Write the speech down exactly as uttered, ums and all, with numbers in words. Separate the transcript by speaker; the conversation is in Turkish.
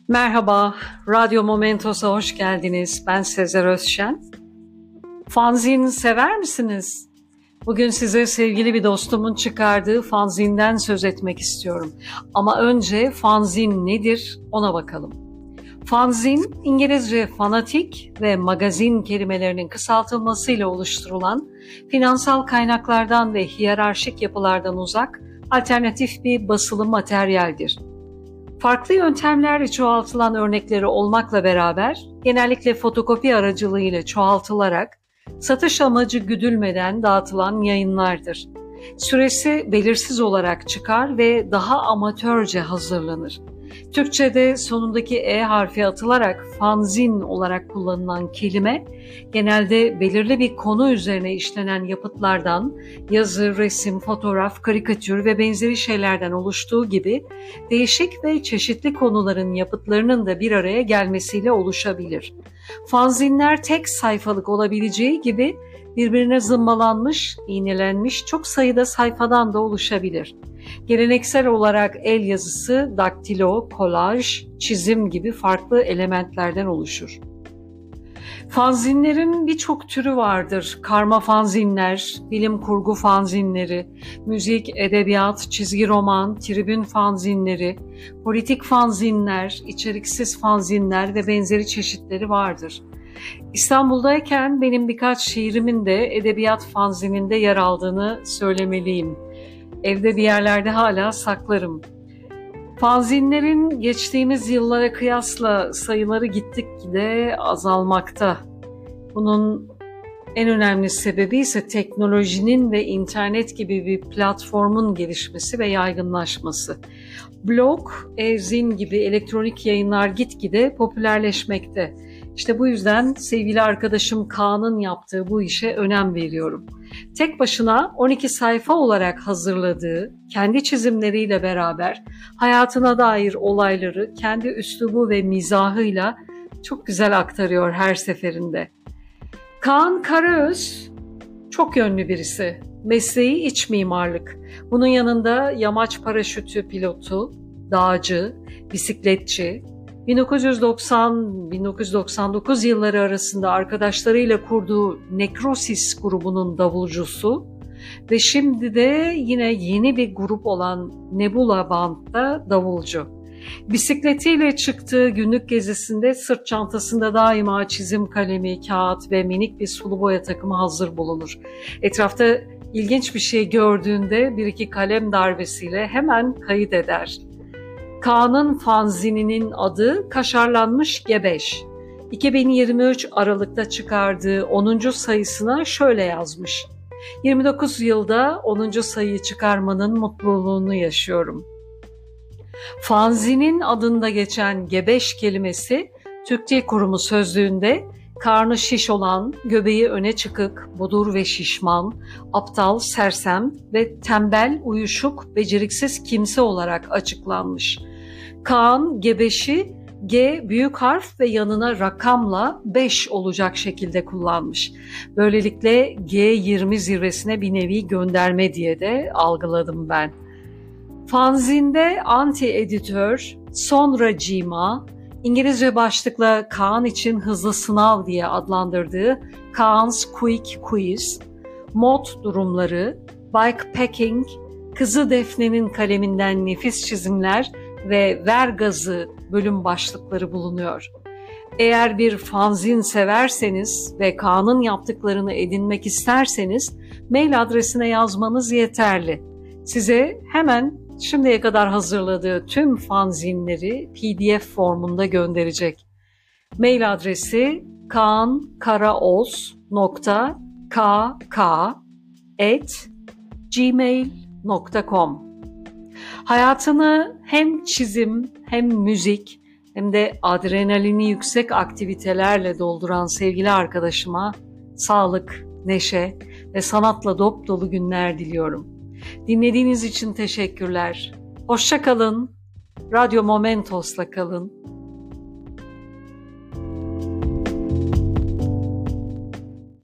Speaker 1: Merhaba, Radyo Momentos'a hoş geldiniz. Ben Sezer Özşen. Fanzin sever misiniz? Bugün size sevgili bir dostumun çıkardığı fanzinden söz etmek istiyorum. Ama önce fanzin nedir ona bakalım. Fanzin, İngilizce fanatik ve magazin kelimelerinin kısaltılmasıyla oluşturulan, finansal kaynaklardan ve hiyerarşik yapılardan uzak, alternatif bir basılı materyaldir. Farklı yöntemlerle çoğaltılan örnekleri olmakla beraber genellikle fotokopi aracılığıyla çoğaltılarak satış amacı güdülmeden dağıtılan yayınlardır. Süresi belirsiz olarak çıkar ve daha amatörce hazırlanır. Türkçe'de sonundaki E harfi atılarak fanzin olarak kullanılan kelime, genelde belirli bir konu üzerine işlenen yapıtlardan, yazı, resim, fotoğraf, karikatür ve benzeri şeylerden oluştuğu gibi değişik ve çeşitli konuların yapıtlarının da bir araya gelmesiyle oluşabilir. Fanzinler tek sayfalık olabileceği gibi birbirine zımbalanmış, iğnelenmiş çok sayıda sayfadan da oluşabilir. Geleneksel olarak el yazısı, daktilo, kolaj, çizim gibi farklı elementlerden oluşur. Fanzinlerin birçok türü vardır. Karma fanzinler, bilim kurgu fanzinleri, müzik, edebiyat, çizgi roman, tribün fanzinleri, politik fanzinler, içeriksiz fanzinler ve benzeri çeşitleri vardır. İstanbul'dayken benim birkaç şiirimin de edebiyat fanzininde yer aldığını söylemeliyim. Evde bir yerlerde hala saklarım. Fanzinlerin geçtiğimiz yıllara kıyasla sayıları gittikçe azalmakta. Bunun en önemli sebebi ise teknolojinin ve internet gibi bir platformun gelişmesi ve yaygınlaşması. Blog, e-zin gibi elektronik yayınlar gitgide popülerleşmekte. İşte bu yüzden sevgili arkadaşım Kaan'ın yaptığı bu işe önem veriyorum. Tek başına on iki sayfa olarak hazırladığı, kendi çizimleriyle beraber hayatına dair olayları kendi üslubu ve mizahıyla çok güzel aktarıyor her seferinde. Kaan Karaöz çok yönlü birisi. Mesleği iç mimarlık. Bunun yanında yamaç paraşütü pilotu, dağcı, bisikletçi, bin dokuz yüz doksan - bin dokuz yüz doksan dokuz yılları arasında arkadaşlarıyla kurduğu Necrosis grubunun davulcusu ve şimdi de yine yeni bir grup olan Nebula Band'da davulcu. Bisikletiyle çıktığı günlük gezisinde sırt çantasında daima çizim kalemi, kağıt ve minik bir sulu boya takımı hazır bulunur. Etrafta ilginç bir şey gördüğünde bir iki kalem darbesiyle hemen kayıt eder. Kaan'ın fanzininin adı Kaşarlanmış Gebeş. iki bin yirmi üç Aralık'ta çıkardığı onuncu sayısına şöyle yazmış: yirmi dokuz yılda onuncu sayıyı çıkarmanın mutluluğunu yaşıyorum. Fanzinin adında geçen gebeş kelimesi Türk Dil Kurumu sözlüğünde karnı şiş olan, göbeği öne çıkık, bodur ve şişman, aptal, sersem ve tembel, uyuşuk, beceriksiz kimse olarak açıklanmış. Kaan gebeşi G büyük harf ve yanına rakamla beş olacak şekilde kullanmış. Böylelikle G yirmi zirvesine bir nevi gönderme diye de algıladım ben. Fanzinde anti-editör, sonra cima, İngilizce başlıkla Kaan için hızlı sınav diye adlandırdığı Kaan's Quick Quiz, mod durumları, bikepacking, Kızı Defne'nin kaleminden nefis çizimler ve ver gazı bölüm başlıkları bulunuyor. Eğer bir fanzin severseniz ve Kaan'ın yaptıklarını edinmek isterseniz mail adresine yazmanız yeterli. Size hemen şimdiye kadar hazırladığı tüm fanzinleri P D F formunda gönderecek. Mail adresi kaankaraoz nokta k k at gmail nokta com. Hayatını hem çizim hem müzik hem de adrenalini yüksek aktivitelerle dolduran sevgili arkadaşıma sağlık, neşe ve sanatla dop dolu günler diliyorum. Dinlediğiniz için teşekkürler. Hoşça kalın. Radyo Momentos'la kalın.